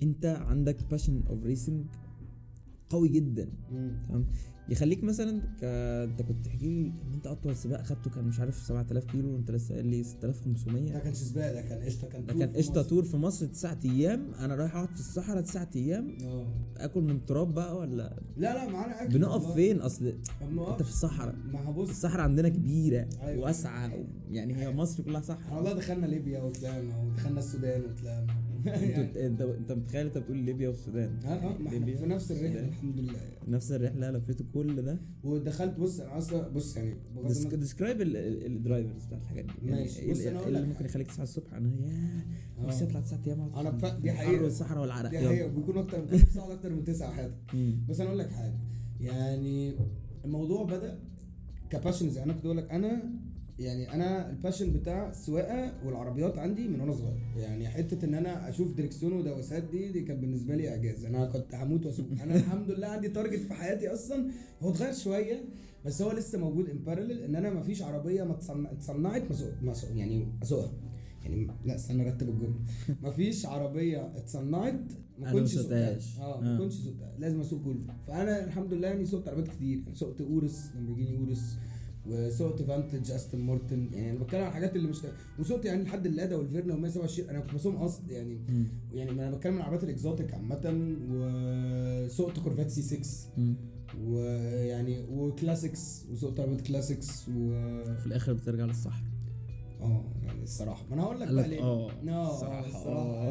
انت عندك passion of racing قوي جدا تمام، يخليك مثلا انت كنت تحكي لي ان انت اطول سباق خدته كان مش عارف 7000 كيلو وانت لسه قايل لي 6500. ده كانش سباق، ده كان قشطه، كان قشطه تور في مصر 9 ايام. انا رايح اقعد في الصحراء 9 ايام اكل من تراب بقى ولا لا معانا اكل. بنقف فين اصل انت في الصحراء؟ ما هبص الصحراء عندنا كبيره أيوة. واسعه يعني هي مصر كلها صحراء. والله دخلنا ليبيا وطلعنا ودخلنا السودان وطلعنا انت متخيل انت بتقول ليبيا والسودان؟ ليبيا في نفس الرحله الحمد لله نفس الرحله لفيت كل ده ودخلت. بص انا اصلا بص يعني ديسكرايب الدرايفرز بتاعت الحاجات دي يعني ايه اللي ممكن يخليك تصحى الصبح؟ انا يا نفسي اطلع 9 ايام انا دي حقيقه والصحراء والعرق دي حقيقه بيكون اكتر من 9 حياتك. بس انا اقول لك حاجه يعني الموضوع بدا كباشن زي انا كنت اقول لك انا الباشن بتاع السواقه والعربيات عندي من وانا صغير. يعني حته ان انا اشوف دريكسيون ودواسات دي كانت بالنسبه لي اعجاز. انا كنت هموت واسوق. انا الحمد لله عندي تارجت في حياتي اصلا هو اتغير شويه بس هو لسه موجود ان باراليل، ان انا ما فيش عربيه ما اتصنعت يعني اسوقها. يعني لا استنى ارتب الجمله. ما فيش عربيه اتصنعت ما كنتش سوقتها. ما كنتش سوقتها، لازم اسوق كله. فانا الحمد لله يعني سوقت عربيات كتير. يعني سوقت اورس، لامبورجيني اورس، وسوقت فانتج استون مارتن. يعني انا بتكلم عن الحاجات اللي مش وسوقت يعني لحد اللادا والفيرنا وال127 انا كنت بسوق قصد يعني. يعني انا بتكلم عن العربيات الاكزوتيك عامه. وسوقت كورفيت سي 6 ويعني وكلاسيكس، وسوقت عربيات كلاسيكس وفي الاخر بترجع للصحراء. يعني الصراحه ما انا هقول لك بقى ليه. الصراحه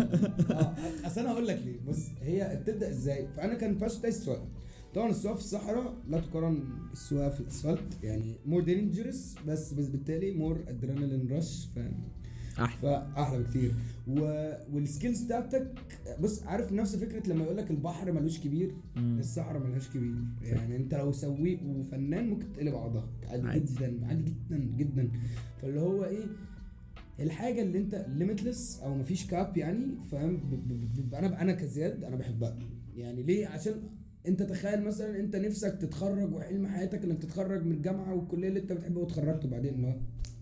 اصل انا هقول لك ليه. بص هي بتبدا ازاي. فانا كان باش بتاعي السواقه. طبعا السواقه في الصحراء لا تقارن السواقه في الاسفلت. يعني مور دينجرس بس بالتالي مور ادرينالين رش. فاهم؟ احلى بكتير. والسكيلز بتاعتك بص عارف نفس فكره لما يقول لك البحر ملوش كبير، الصحراء ملهاش كبير. يعني انت لو سويق وفنان ممكن تقلب عضلك عادي جدا، عادي جدا جدا. فاللي هو ايه الحاجه اللي انت ليميتلس او مفيش كاب يعني. فاهم؟ انا كزياد انا بحبها. يعني ليه؟ عشان انت تخيل مثلا انت نفسك تتخرج وحلم حياتك انك تتخرج من الجامعه والكليه اللي انت بتحبها وتخرجت وبعدين اللي هو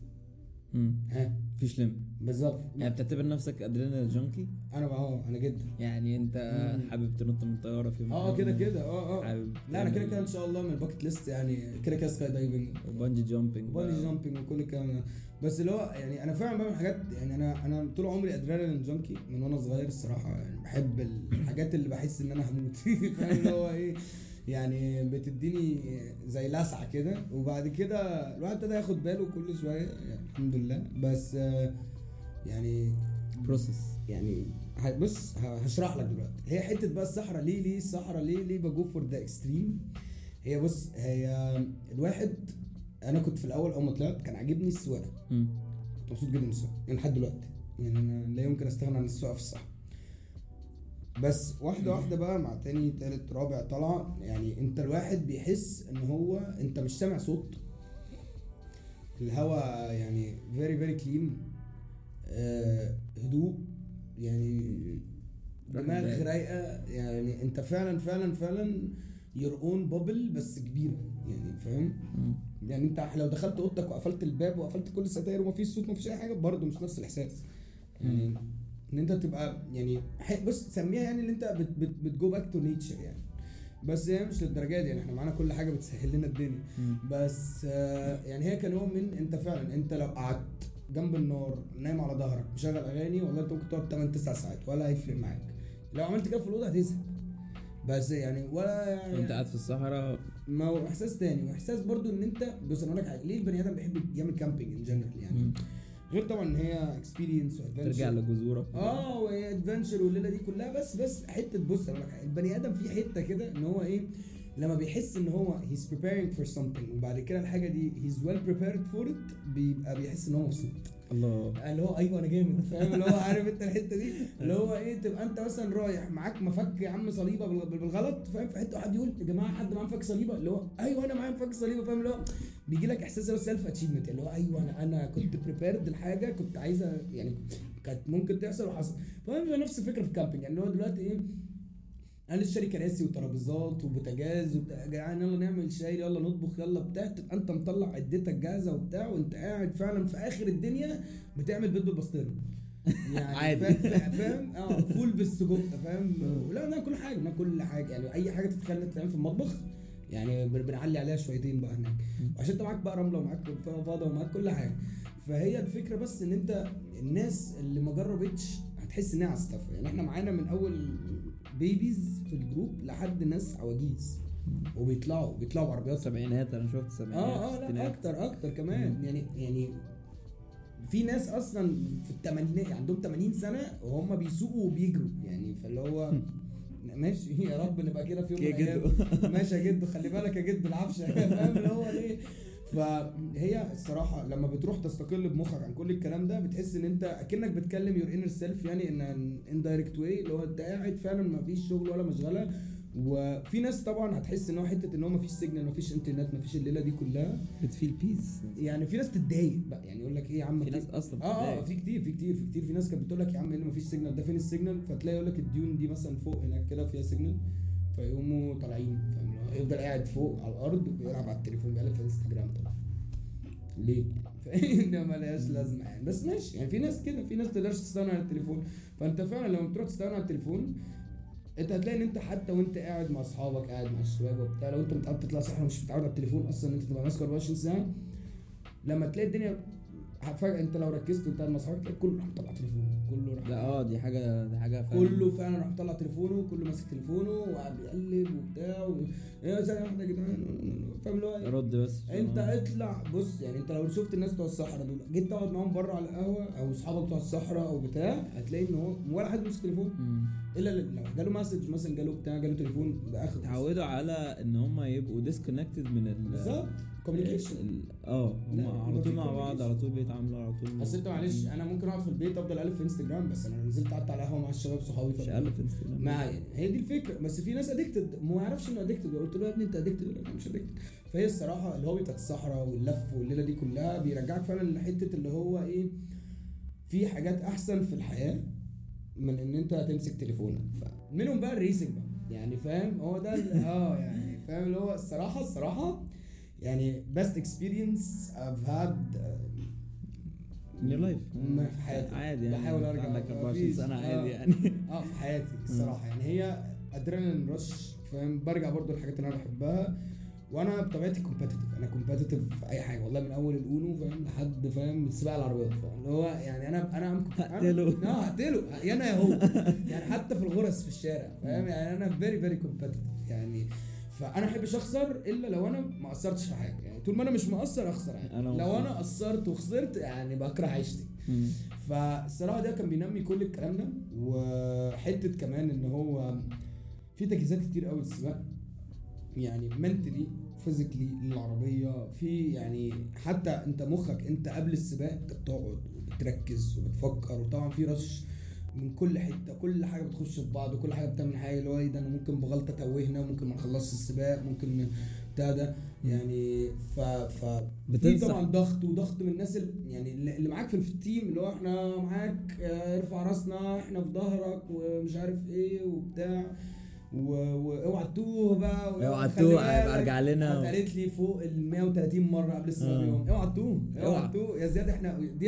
فيش لم بالظبط. يعني بتعتبر نفسك ادرينالين جانكي؟ انا جدا. يعني انت حابب تنط من الطياره في يوم؟ كده لا انا كده ان شاء الله من الباكت ليست. يعني كده سكاي دايفنج وبانجي جامبينج وكل الكلام. بس اللي هو يعني انا فعلا بعمل حاجات. يعني انا طول عمري ادرينالين جانكي من وانا صغير الصراحه. يعني بحب الحاجات اللي بحس ان انا هموت. فاهم اللي هو ايه يعني بتديني زي لسعه كده. وبعد كده الواحد ابتدى ياخد باله كل شويه يعني الحمد لله. بس يعني بروسس. يعني بص هشرح لك دلوقتي. هي حته بقى الصحراء ليه الصحراء ليه بجو فور ذا اكستريم. هي بص هي الواحد انا كنت في الاول اول ما طلعت كان عاجبني السواقه. كنت مبسوط جدا بالسواقه يعني لحد دلوقتي. يعني انا لا يمكن استغنى عن السواقه في الصحراء. بس واحده بقى مع تاني تالت رابع طلعه. يعني انت الواحد بيحس ان هو انت مش سامع صوت. الهواء يعني very very clean. هدوء يعني دماغ رايقه. يعني انت فعلا your own bubble بس كبيره. يعني فاهم؟ يعني انت لو دخلت اوضتك وقفلت الباب وقفلت كل الستاير ومفيش صوت مفيش اي حاجه برضه مش نفس الاحساس. يعني ان انت تبقى يعني بص سميها يعني ان انت بتجو باك تو نيتشر يعني. بس هي مش للدرجه دي. يعني احنا معانا كل حاجه بتسهل لنا الدنيا. بس يعني هي كان يوم من انت فعلا انت لو قعدت جنب النار نايم على ظهرك مشغل اغاني والله انت ممكن تقعد 8 9 ساعات ولا هيفرق معاك. لو عملت كده في الاوضه هتزهق. بس يعني ولا يعني انت قاعد في الصحراء ما هو احساس تاني. واحساس برضو ان انت بص انا اقول لك ليه البني ادم بيحب يعمل كامبينج ان جنرال. يعني غير طبعا ان هي اكسبيرينس وادفنتشر ترجع لجذورك وهي ادفنتشر والليله دي كلها. بس حته بص انا البني ادم في حته كده ان هو ايه لما بيحس ان هو he's preparing for something وبعد كده الحاجه دي he's well prepared for it بيبقى بيحس ان هو مبسوط. الله اللي هو ايوه انا جامد. فاهم اللي هو عارف انت الحته دي اللي هو ايه تبقى انت مثلا رايح معاك مفك يا عم صليبه بالغلط. فاهم؟ في حته واحد يقول يا جماعه حد معاه مفك صليبه اللي هو ايوه انا معايا مفك صليبه. فاهم اللي هو بيجي لك احساس السيلف اتشيفمنت اللي هو ايوه انا كنت بريبيرد الحاجه كنت عايزه يعني كانت ممكن تحصل وحصل. فاهم؟ نفس الفكره في الكامبينج. يعني اللي هو دلوقتي ايه انا لسه شاري كراسي وترابيزات وبوتاجاز وبتاع. يا جدعان يلا نعمل شاي يلا نطبخ يلا بتاع. تبقى انت مطلع عدتك جاهزه وبتاع وانت قاعد فعلا في اخر الدنيا بتعمل بيض بالبسطرمه. يعني عادي. فاهم فول بالسجق فاهم. لا ناكل حاجه، ناكل حاجه يعني اي حاجه تتخيل تتعمل في المطبخ يعني بنعلي عليها شويتين بقى هناك، عشان انت معاك بقى رمله ومعاك فاضه ومعاك كل حاجه. فهي الفكره بس ان انت الناس اللي ما جربتش هتحس انها عستفه. يعني احنا معانا من اول بيبيز في الجروب لحد ناس عواجيز وبيطلعوا بعربيات سبعينات، انا شفت سبعينات لا اكتر كمان. يعني في ناس اصلا في الثمانينات عندهم 80 سنه وهم بيسوقوا وبيجروا يعني. فاللي هو ماشي يا رب نبقى كده في يوم من الايام. ماشي يا جدو، خلي بالك يا جدو العفشه فاهم اللي هو ليه. فهي الصراحه لما بتروح تستقل بمخك عن كل الكلام ده بتحس ان انت اكنك بتكلم يور انر سيلف، يعني ان اندايركت واي اللي هو انت قاعد فعلا ما فيش شغل ولا مشغله. وفي ناس طبعا هتحس ان هو حته ان هو ما فيش سيجنال، ما فيش انترنت، ما فيش الليله دي كلها، بتفيل بيس. يعني في ناس تتضايق بقى، يعني يقول لك ايه يا عم، في ناس اصلا في كتير في ناس كانت بتقول لك يا عم ايه اللي ما فيش سيجنال ده، فين السيجنال؟ فتلاقي يقول لك الديون دي مثلا فوق هناك كده فيها سيجنال، فيقوموا طالعين فاهم، يفضل قاعد فوق على الارض بيلعب على التليفون بيقلب في انستجرام. طبعا ليه؟ فإنه ملهاش لازمه يعني. بس ماشي يعني في ناس كده، في ناس تقدرش تستغنى عن التليفون. فانت فعلا لما بتروح تستغنى عن التليفون انت هتلاقي ان انت حتى وانت قاعد مع اصحابك، قاعد مع الشباب وبتاع، لو انت متعود تطلع صحراء مش متعود على التليفون اصلا ان انت تبقى ماسك 24 ساعه، لما تلاقي الدنيا فجاه انت لو ركزت وانت قاعد مع اصحابك تلاقي كله راح مطلع تليفونه، كله راح لا دي حاجه فعلا. كله فعلا راح مطلع تليفونه، كله ماسك تليفونه وقاعد بيقلب وبتاع ايه ثانيه واحده يا جدعان فاهم اللي هو رد بس. انت اطلع بص، يعني انت لو شفت الناس بتوع الصحراء دول جيت تقعد معاهم بره على القهوه او اصحابك بتوع الصحراء او بتاع، هتلاقي ان هو ولا حد ماسك تليفون الا لو جاله مسج مثلا، جاله بتاع، جاله تليفون باخر. اتعودوا على ان هم يبقوا ديسكونكتد من بالظبط كوميونيكيشن. هم على طول مع بعض، على طول بيتعاملوا على طول. بس انت معلش انا ممكن اقعد في البيت افضل الف في انستجرام، بس انا نزلت قعدت على قهوه مع الشباب صحابي مش الف في انستجرام معايا، هي دي الفكره. بس في ناس ادكتد ما يعرفش انه ادكتد، قلت له يا ابني انت ادكتد ولا لا؟ مش ادكتد. فهي الصراحه الهوبي بتاعت الصحراء واللف والليله دي كلها بيرجعك فعلا لحته اللي هو ايه، في حاجات احسن في الحياه من ان انت تمسك تليفونك. فمنهم بقى الريسنج بقى يعني فاهم، هو ده يعني فاهم اللي هو الصراحه يعني best experience I've had in your life في حياتي. عادي يعني بحاول ارجع عندك 24 سنه عادي يعني في حياتي الصراحه يعني هي ادرينالين رش فاهم. برجع برضو الحاجات اللي انا بحبها، وانا بطبيعتي كومبتيتيف، انا كومبتيتيف في اي حاجه والله، من اول الاونو فاهم لحد فاهم سباق العربيات فاهم اللي هو يعني انا هقتله يا انا يا هو يعني حتى في الغرز في الشارع فاهم يعني انا فيري كومبتيتيف يعني. فانا ما احبش اخسر الا لو انا ما قصرتش في حاجه، يعني طول ما انا مش مقصر اخسر يعني. لو انا قصرت وخسرت يعني بكره عيشتي. فالصراحه ده كان بينمي كل الكلام ده. وحته كمان ان هو في تجهيزات كتير قوي للسباق، يعني منتلي فيزيكلي للعربيه، في يعني حتى انت مخك انت قبل السباق انت بتقعد وبتركز وبتفكر، وطبعا في رش من كل حته، كل حاجه بتخش في بعض وكل حاجه بتعمل حاجه اللي هو ايه ده، انا ممكن بغلطه توهنا، ممكن ما نخلصش السباق، ممكن بتاع ده يعني. في طبعا ضغط من الناس يعني اللي معاك في التيم، اللي هو احنا معاك ارفع راسنا احنا في ظهرك ومش عارف ايه وبتاع، واوعى تتوه بقى، اوعى تتوه ارجع لنا. قالت لي فوق ال 130 مره قبل السباق بيوم اوعى تتوه يا زياد، احنا دي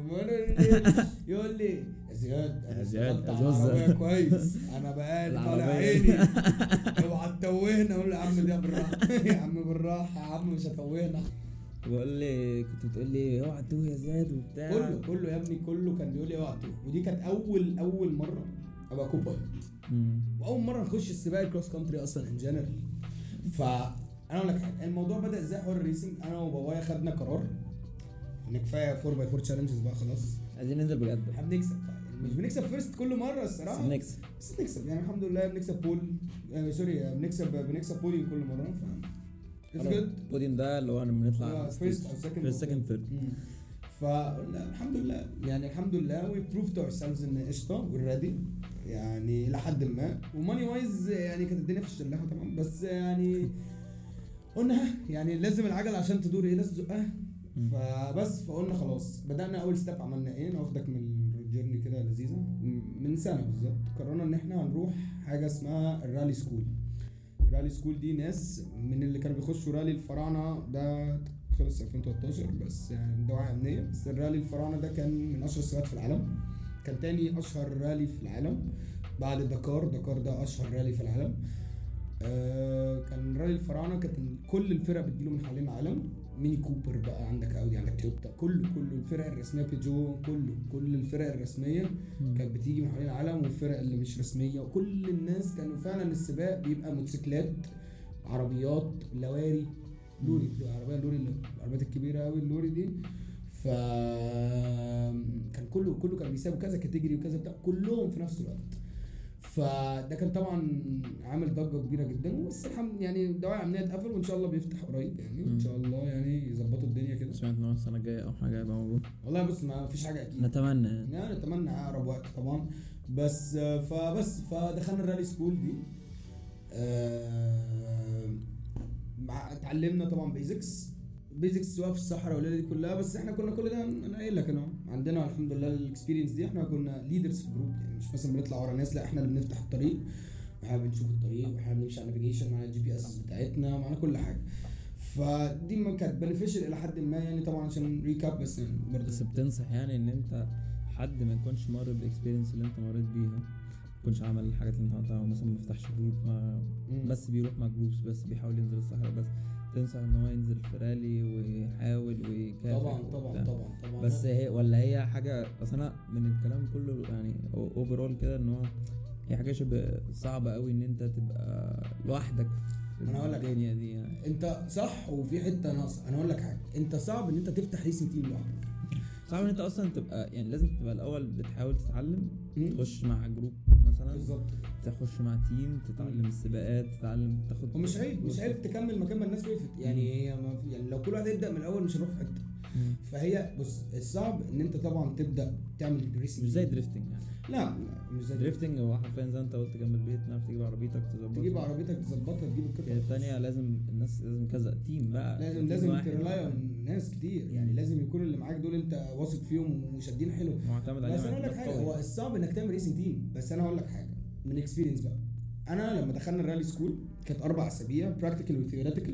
يقول لي يا زياد انا كويس، انا بقالي طالع عيني اوعى تتوهنا. اقول له يا عم دي بالراحه يا عم بالراحه يا عم مش هتوهنا. بقول لي كنت بتقول لي اوعى تتوه يا زياد وبتاع، كله يا ابني كله كان بيقول لي اوعى تتوه. ودي كانت اول مره ابقى كوبايلوت، واول مره نخش السباق الكروس كونتري اصلا ان جنرال. فانا اقول لك حاجه، الموضوع بدا ازاي حوار الريسنج. انا وبابايا خدنا قرار ان كفايه 4x4 تشالنجز بقى خلاص، عايزين ننزل بجد. احنا بنكسب مش بنكسب فيرست كل مره الصراحه، بس بنكسب يعني الحمد لله. بنكسب بول بنكسب بوديوم كل مره. البوديوم ده اللي هو لما بنطلع فيرست او سكند ثيرد. فالحمد لله يعني الحمد لله وي بروفد اور سيلفز ان قشطه والريدي يعني لحد ما. وماني وايز يعني كانت الدنيا في الشلاحه طبعا، بس يعني قلنا يعني لازم العجله عشان تدور ايه لازم تزقها. فقلنا خلاص بدانا اول ستيب. عملنا ايه، انا واخدك من الجيرني كده لذيذه من سنه بالظبط. قررنا ان احنا هنروح حاجه اسمها الرالي سكول. الرالي سكول دي ناس من اللي كانوا بيخشوا رالي الفراعنه، ده خلص 2013 بس يعني دواعي امنيه. بس الرالي الفراعنه ده كان من اشهر السباقات في العالم، كان تاني اشهر رالي في العالم بعد دكار ده اشهر رالي في العالم. كان رالي الفراعنه، كانت كل الفرق بتجيله من حوالين العالم، ميني كوبر بقى، عندك اودي، عندك تويوتا، كل الفرق الرسميه، بيجو، كل الفرق الرسميه كانت بتيجي من حوالين العالم، والفرق اللي مش رسميه، وكل الناس كانوا فعلا السباق بيبقى موتوسيكلات، عربيات، لواري، لوري، بتبقى عربيه لوري، العربيات الكبيره قوي اللوري دي. ف كان كله كان بيسابوا كذا كاتيجوري وكذا بتاع، كلهم في نفس الوقت. فده كان طبعا عامل ضجه كبيره جدا، بس الحمد يعني دواعي امنيه اتقفل، وان شاء الله بيفتح قريب يعني، ان شاء الله يعني يظبطوا الدنيا كده. سمعت ان هو السنه الجايه او حاجه هيبقى موجود والله بص ما فيش حاجه اكيد، نتمنى يعني نتمنى اقرب وقت طبعا. بس فدخلنا الرالي سكول دي، اتعلمنا طبعا بيزكس سواء في الصحراء والليله دي كلها. بس احنا كنا كل ده انا قايل لك انا عندنا الحمد لله الاكسبيرينس دي، احنا كنا ليدرز في جروب يعني، مش مثلا بنطلع ورا ناس، لا احنا اللي بنفتح الطريق، واحنا بنشوف الطريق، واحنا بنمشي على النافيجيشن، معانا الجي بي اس بتاعتنا، معانا كل حاجه. فدي ما كانت بنفيشل الى حد ما يعني، طبعا عشان ريكاب بس يعني برضه. بس بتنصح يعني ان انت حد ما يكونش مر بالاكسبيرينس اللي انت مريت بيها، ما يكونش عمل الحاجات اللي انت عملتها، مثلا ما فتحش جروب، بس بيروح مع جروبس، بس بيحاول ينزل الصحراء، بس تنصح ان هو ينزل في رالي ويحاول ويكافح؟ طبعا بس هي ولا هي حاجه اصلا من الكلام كله يعني اوفرول كده، ان هو هي حاجه شبه صعبه قوي ان انت تبقى لوحدك انا اقول لك الدنيا دي يعني. انت صح، وفي حته ناقصه. انا اقول لك حاجه، انت صعب ان انت تفتح ريسنج تيم لوحدك، صعب ان انت اصلا تبقى يعني، لازم تبقى الاول بتحاول تتعلم، تخش مع جروب مثلا، بالظبط، تخش مع تيم، تتعلم السباقات، تتعلم تاخد، ومش عيب تكمل مكان ما الناس وقفت يعني. هي يعني لو كل واحد يبدا من الاول مش هنروح في حته. فهي بص، الصعب ان انت طبعا تبدا تعمل ريسنج، مش زي دريفتنج يعني. لا مش زي دريفتنج، هو حرفيا زي انت قلت جنب البيت، نعرف تجيب عربيتك تظبطها، تجيب القطعه الثانيه. لازم الناس لازم كذا تيم بقى، لازم ترلاي على ناس كتير يعني، لازم يكون اللي معاك دول انت واثق فيهم وشادين حلو، معتمد عليهم. بس انا اقول لك حاجه، هو الصعب انك تعمل ريسنج تيم، بس انا هقول لك حاجه من اكسبيرينس بقى. انا لما دخلنا الرالي سكول كانت 4 اسابيع براكتيكال وثيوريتيكال.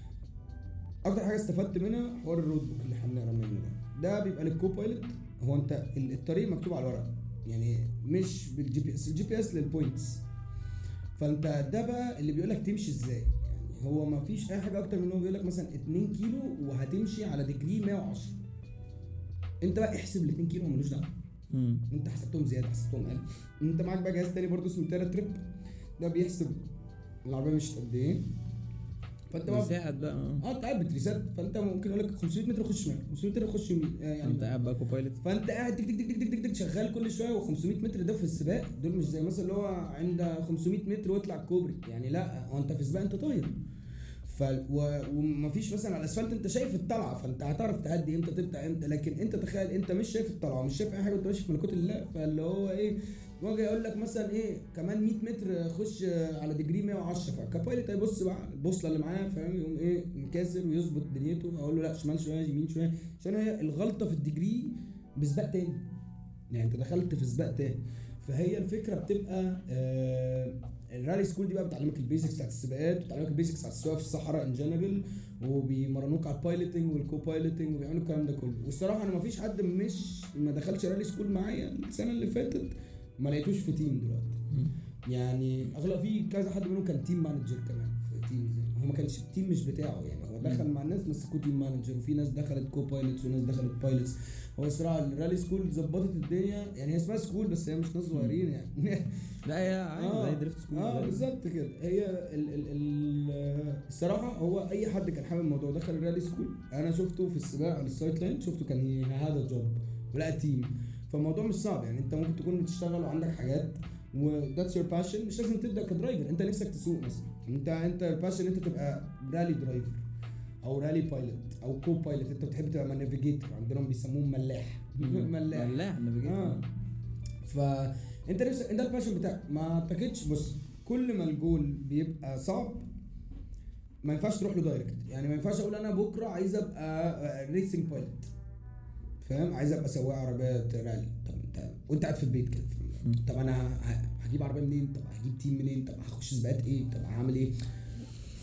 اكتر حاجه استفدت منها حوار الرود بوك اللي احنا بنقرا منه ده بيبقى للكو بايلوت. هو انت الطريق مكتوب على الورق يعني، مش بالجي بي اس، الجي بي اس للبوينتس، فانت ده بقى اللي بيقول لك تمشي ازاي يعني. هو ما فيش اي حاجه اكتر من انه بيقول لك مثلا 2 كيلو وهتمشي على ديجري 110. انت بقى احسب ال 2 كيلو ملوش دعوه، انت حسبتهم زياده حسبتهم اقل. انت معاك بقى جهاز تاني برضه اسمه تيرا تريب، ده بيحسب العربيه مشيت قد ايه، فانت بقى بتساعد بقى انت قاعد بتريسات، فانت ممكن اقول لك 500 متر خش شمال، 500 متر خش يمين يعني، انت قاعد بقى كوبايلوت، فانت قاعد تك تك تك تك تك شغال كل شويه. و500 متر ده في السباق دول مش زي مثلا اللي هو عند 500 متر واطلع كوبري يعني، لا هو انت في سباق انت طاير. ومفيش مثلا على الاسفلت انت شايف الطلعه، فانت هتعرف تعدي امتى تبدا امتى، لكن انت تخيل انت مش شايف الطلعه، مش شايف اي حاجه، انت ماشي في ملكوت الله. فاللي هو ايه، واجي اقول لك مثلا ايه كمان 100 متر خش على ديجري 110، فكابايلوت هيبص بقى البوصله اللي معاه فاهم، يقوم ايه مكاسر ويظبط دنيته، اقول له لا شمال شويه يمين شويه، عشان هي الغلطه في الديجري بسباق تاني يعني، انت دخلت في سباق تاني. فهي الفكره بتبقى الرالي سكول دي بقى بتعلمك البيزكس بتاعت السباقات، وبتعلمك البيزكس بتاعت السواقه في الصحراء ان جنرال، وبيمرنوك على البايلوتنج والكو بايلوتنج، وبيعملوا الكلام ده كله. والصراحه انا ما فيش حد مش ما دخلش رالي سكول معايا السنه اللي فاتت ما لقيتوش في تيم دلوقتي يعني. اغلب في كذا حد منهم كان تيم مانجر كمان في تيم، زي هو ما كانش التيم مش بتاعه يعني، هو دخل مع الناس مسكوا تيم مانجر، وفي ناس دخلت كو بايلوتس وناس دخلت بايلوتس. هو الصراحه الرالي سكول ظبطت الدنيا يعني، هي اسمها سكول بس هي مش ناس صغيرين يعني لا هي عادي زي دريفت سكول بالظبط كده. هي الصراحه هو اي حد كان حابب الموضوع دخل الرالي سكول. انا شفته في السباق على السايد لاين، شفته كان هذا الجوب ولا تيم، فالموضوع مش صعب يعني. انت ممكن تكون بتشتغل وعندك حاجات وذاتس يور باشن، مش لازم تبدا كدرايفر. انت نفسك تسوق مثلا، انت الباشن انت تبقى رالي درايفر او رالي بايلوت او كو بايلوت، انت بتحب تبقى نافيجيتور، عندهم بيسموه ملاح ملاح نافيجيتور. فانت نفسك انت الباشن بتاعك. ما اعتقدش بص، كل ما الجول بيبقى صعب ما ينفعش تروح له دايركت يعني. ما ينفعش اقول انا بكره عايز ابقى ريسنج بايلوت فاهم، عايز ابقى سواق عربيات رالي. طب انت وانت قاعد في البيت كده، طب انا هجيب عربيه منين؟ طب هجيب تيم منين؟ طب هخش سباقات ايه؟ طب هعمل ايه؟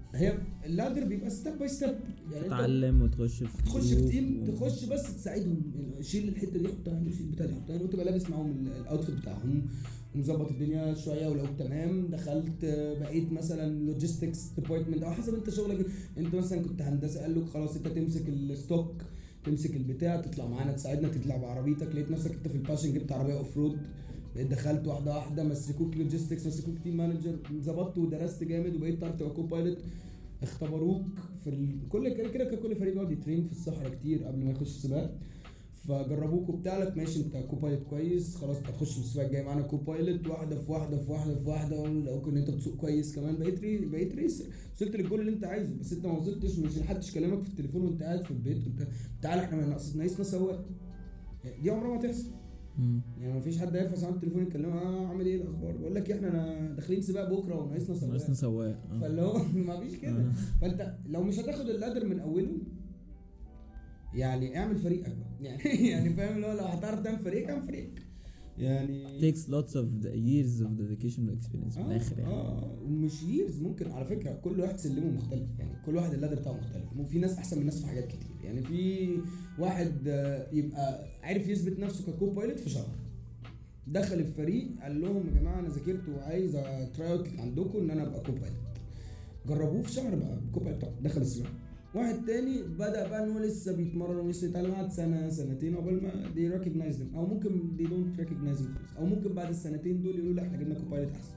هي اللادر بيبقى ستيب باي ستيب، يعني تتعلم وتخش في تيم، تخش بس تساعدهم، شيل الحته دي حطها هنا، شيل البتاع دي حطها هنا، وتبقى لابس معاهم الاوتفيت بتاعهم ومظبط الدنيا شويه. ولو تمام دخلت بقيت مثلا لوجيستكس ديبارتمنت او حسب انت شغلك. انت مثلا كنت هندسه، قال لك خلاص انت تمسك الستوك، تمسك البتاع، تطلع معانا تساعدنا، تطلع بعربيتك. لقيت نفسك انت في الباشن، جبت عربيه اوف رود، دخلت واحده واحده، مسكوك لوجيستكس، مسكوك تيم مانجر، ظبطت ودرست جامد وبقيت تعرف تبقى كوبايلوت. اختبروك في كل كده كل فريق بيقعد يترين في الصحراء كتير قبل ما يخش سباق، فجربوك وبتاع لك ماشي انت كوبايلوت كويس، خلاص هتخش في السباق الجاي معانا كوبايلوت. واحده في واحده في واحده في واحده، لو كنت انت بتسوق كويس كمان بقيت ريسر، وصلت للجول اللي انت عايزه. بس انت ما وصلتش، مش محدش كلامك في التليفون وانت قاعد في البيت تعالى احنا ناقصنا سواق، دي عمرها ما تحصل. يعني ما فيش حد هيرفع على التليفون يكلمه عامل ايه الاخبار، بقول لك احنا داخلين سباق بكره وناقصنا سواق. فاللي هو ما فيش كده. فانت لو مش هتاخد اللادر من اوله، يعني اعمل فريقك بقى. يعني فاهم، لو هتعرف تعمل فريق اعمل فريق. يعني takes lots of years of dedication and experience من الاخر يعني. ومش years، ممكن على فكره كل واحد سلمه مختلف، يعني كل واحد اللادر بتاعه مختلف. في ناس احسن من ناس في حاجات كتير. يعني في واحد يبقى عارف يثبت نفسه ككو بايلوت في شهر، دخل الفريق قال لهم يا جماعه انا ذاكرت وعايز تراي اوت عندكم ان انا ابقى كو بايلوت، جربوه في شهر بقى كو بايلوت، دخل السباق. واحد تاني بدأ بقى ان هو لسه بيتمرن ولسه يتعلم، قعد سنه سنتين قبل ما دي ريكوجنايز them، او ممكن دي دونت ريكوجنايز خالص، او ممكن بعد السنتين دول يقولوا لا احنا جبنا كوبايلوت احسن.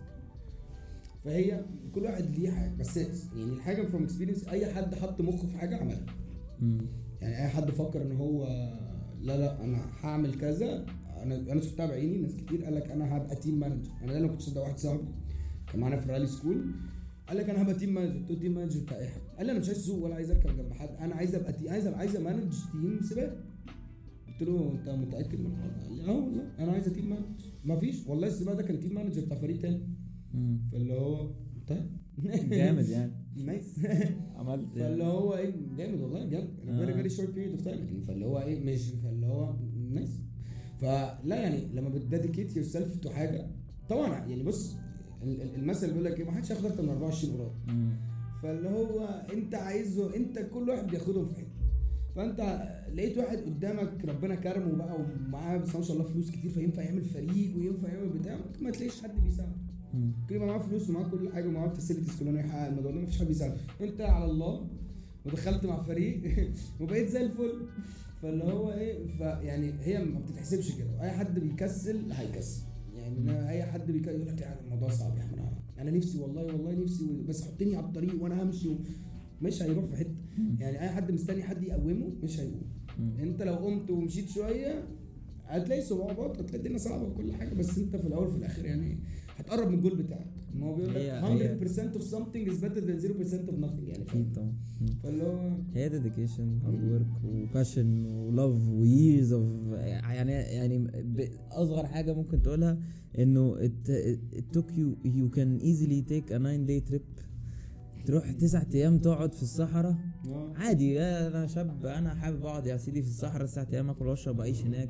فهي كل واحد ليه حاجه، بس يعني الحاجه فروم اكسبيرينس، اي حد حط مخه في حاجه عملها. يعني اي حد فكر ان هو لا انا هعمل كذا، انا شفتها بعيني، ناس كتير قال لك انا هبقى تيم مانجر. انا لما كنت صدق واحد صاحبي كان معانا في الرالي سكول، قال لك انا هبقى تيم مانجر. قلت له تيم مانجر بتاع ايه؟ قال لي انا مش عايز اسوق ولا عايز اركب جنب حد، انا عايز ابقى عايز امانج تيم سباق. قلت له انت متاكد من الحوار؟ قال لي والله انا عايز تيم مانجر. ما فيش والله السباق ده كان تيم مانجر بتاع فريق تاني. فاللي هو طيب جامد يعني نايس عملت فاللي هو ايه جامد والله جامد فيري فيري شورت بيريد اوف تايم. فاللي هو ايه مش فاللي هو نايس. فلا يعني لما بتديديكيت يور سيلف تو حاجه، طبعا يعني بص المثل بيقول لك ايه، ما حدش هياخد اكتر من 24 قرار. فاللي هو انت عايزه، انت كل واحد بياخدهم في حته. فانت لقيت واحد قدامك ربنا كرمه بقى ومعاه بس ما شاء الله فلوس كتير، فينفع يعمل فريق وينفع يعمل بتاع، ما تلاقيش حد بيساعده. كل ما معاه فلوس ومعاه كل حاجه ومعاه فاسيلتيز كلها يحقق الموضوع ده، مفيش حد بيساعده. انت على الله ودخلت مع فريق وبقيت زي الفل. فاللي هو ايه، فيعني هي ما بتتحسبش كده. اي حد بيكسل هيكسل، يعني اي حد يقول لك يعني الموضوع صعب يا عم، انا نفسي والله نفسي، بس حطني على الطريق وانا همشي مش هيروح في حته. يعني اي حد مستني حد يقومه مش هيقوم. انت لو قمت ومشيت شويه هتلاقي صعوبات، هتلاقي الدنيا صعبه وكل حاجه، بس انت في الاول في الاخر يعني هتقرب من الجول بتاعك. ما هو بيقول لك 100% of something is better than 0% of nothing. يعني اكيد طبعا. فاللي هو هي dedication hard work وباشن ولوف ويرز اوف، يعني اصغر حاجه ممكن تقولها انه it took you can easily take a 9-day trip، تروح 9 ايام تقعد في الصحراء عادي. انا شاب انا حابب اقعد يا سيدي في الصحراء 9 ايام، اكل واشرب واعيش هناك.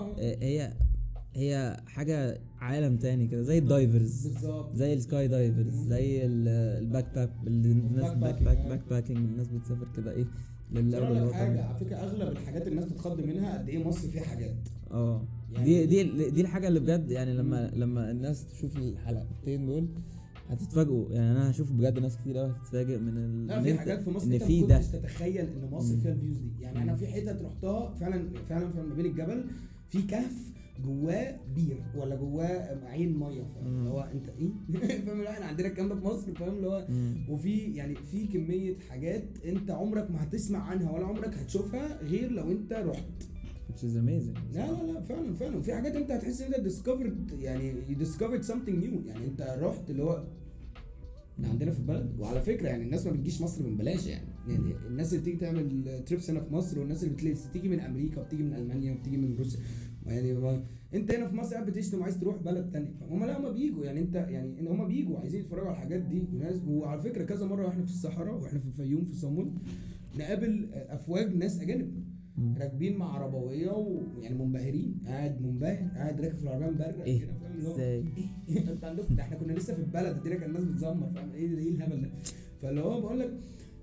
هي حاجه عالم تاني كده، زي الدايفرز بالظبط، زي السكاي دايفرز، زي الباك الناس باك باكينج، الناس بتسافر كده ايه للاول. حاجه على فكره اغلب الحاجات الناس بتتخض منها قد ايه مصر فيها حاجات. يعني دي الحاجه اللي بجد يعني لما الناس تشوف الحلقتين دول هتتفاجئوا. يعني انا هشوف بجد ناس كتير قوي هتتفاجئ من لا في حاجات في مصر ان في ده تتخيل ان مصر فيها الفيوز دي. يعني انا في حتت رحتها فعلا ما بين الجبل في كهف جواه بير ولا جواه عين ميه، فاهم اللي هو انت ايه فاهم. احنا عندنا الكلام ده في مصر، فاهم اللي هو وفي يعني في كميه حاجات انت عمرك ما هتسمع عنها ولا عمرك هتشوفها غير لو انت رحت. which is amazing. لا فعلا في حاجات انت هتحس ان انت discovered، يعني you discovered something new. يعني انت رحت اللي هو عندنا في البلد. وعلى فكره يعني الناس ما بتجيش مصر من بلاش. يعني الناس اللي بتيجي تعمل تريبس هنا في مصر، والناس اللي بتيجي من امريكا وبتيجي من المانيا وبتيجي من روسيا، يعني انت هنا في مصر قاعد بتشتم وعايز تروح بلد تاني. هم لا هم بيجوا، يعني انت يعني ان هم بيجوا عايزين يتفرجوا على الحاجات دي وناس. وعلى فكره كذا مره واحنا في الصحراء واحنا في الفيوم في صامول نقابل افواج ناس اجانب راكبين مع عربويه ويعني منبهرين، قاعد راكب في العربيه مبرق كده، فاهم اللي هو ازاي انت عندكم ده احنا كنا لسه في البلد الدنيا كان الناس بتزمر، فاهم ايه الهبل ده. فاللي هو بقول لك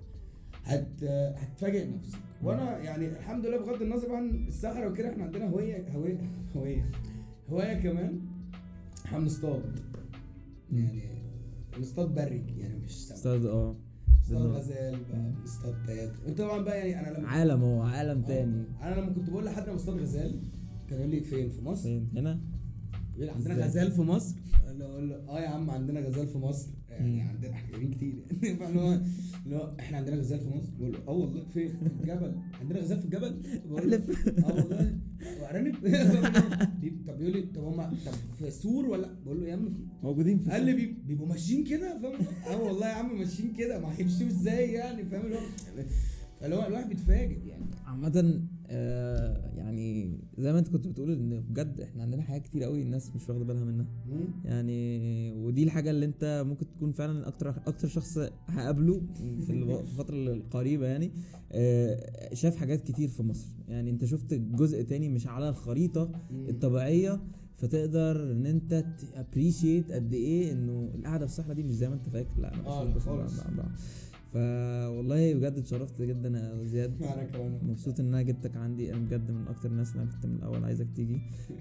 هتفاجئ نفسك. وانا يعني الحمد لله بغض النظر عن الصحراء وكده احنا عندنا هوايه كمان. احنا بنصطاد، يعني بنصطاد بري يعني مش سمك. استاذ بنصطاد غزال بقى، بنصطاد بيات. انت طبعا بقى يعني انا لما عالم تاني. انا لما كنت بقول لحد انا بصطاد غزال كان يقول لي فين في مصر؟ فين هنا؟ عندنا غزال في مصر؟ انا اقول له يا عم عندنا غزال في مصر، يعني عندنا احنا جايبين كتير يعني. فاللي هو احنا عندنا غزال في مصر؟ بقول له والله فين؟ في الجبل. عندنا غزال في الجبل؟ بقول له والله وارانب. طب يقول لي طب في سور ولا؟ بقول له يا عم موجودين في قال لي بيبقوا ماشيين كده، فاهم؟ والله يا عم ماشيين كده، ما هيمشوا ازاي يعني، فاهم؟ اللي هو الواحد بيتفاجئ يعني. عامة يعني زي ما انت كنت بتقول ان بجد احنا عندنا حاجات كتير قوي الناس مش واخده بالها منها يعني. ودي الحاجه اللي انت ممكن تكون فعلا اكتر شخص هقابله في الفتره القريبه يعني. شاف حاجات كتير في مصر، يعني انت شفت جزء تاني مش على الخريطه الطبيعيه، فتقدر ان انت تابريشيت قد ايه انه القعده في الصحراء دي مش زي ما انت فاكر. لا خالص. فوالله بجد اتشرفت جدا يا زياد. انا كمان مبسوط ان انا جبتك عندي. انا بجد من اكتر الناس اللي انا كنت من الاول عايزك تيجي.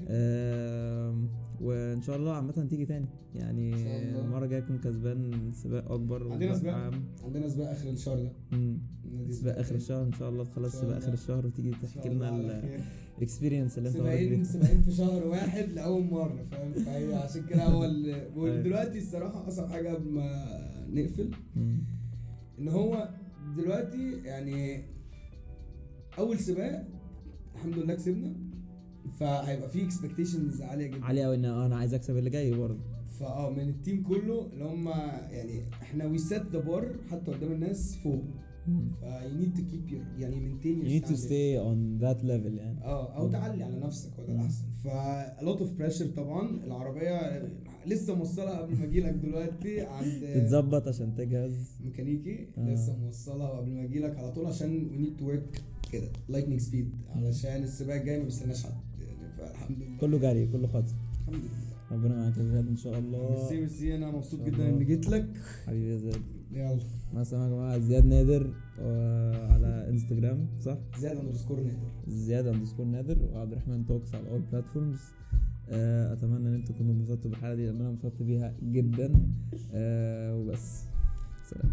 وان شاء الله عامه تيجي تاني يعني. المره الجايه اكون كسبان سباق اكبر. عندنا سباق اخر الشهر ده. سباق اخر الشهر ان شاء الله تخلص سباق اخر الشهر وتيجي تحكي لنا الاكسبيرينس اللي انت مريت بيها. سباقين في شهر واحد لاول مره، فاهم؟ فهي عشان كده هو دلوقتي الصراحه اصعب حاجه قبل ما نقفل ان هو دلوقتي يعني اول سباق الحمد لله كسبنا، فهيبقى فيه اكسبكتيشنز عاليه جدا، عاليه قوي ان انا عايز اكسب اللي جاي برضه. من التيم كله اللي هم يعني احنا وي سيت ذا بار حتى قدام الناس فوق. you need to keep your يعني maintain your you need to stay on that level يعني. او تعلي على نفسك وده الاحسن. a lot of pressure طبعا. العربيه لسه موصلها قبل ما اجيلك دلوقتي عند تتظبط عشان تجهز ميكانيكي. لسه موصلها قبل ما اجيلك على طول عشان we need to work كده lightning speed علشان السباق الجاي ما بيستناش حد يعني. فالحمد لله كله جري كله خط. الحمد لله. ربنا معاك يا زياد ان شاء الله. ميرسي انا مبسوط جدا اني جيت لك حبيبي يا زياد. يلا مع السلامه يا جماعه. زياد نادر على انستجرام صح؟ زياد_نادر وعبد الرحمن توكس على اول بلاتفورمز. اتمنى ان انتم تكونوا انبسطتوا بالحلقه دي لان انا انبسطت بيها جدا. وبس سلام.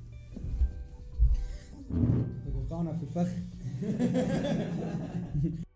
وقعنا في الفخ.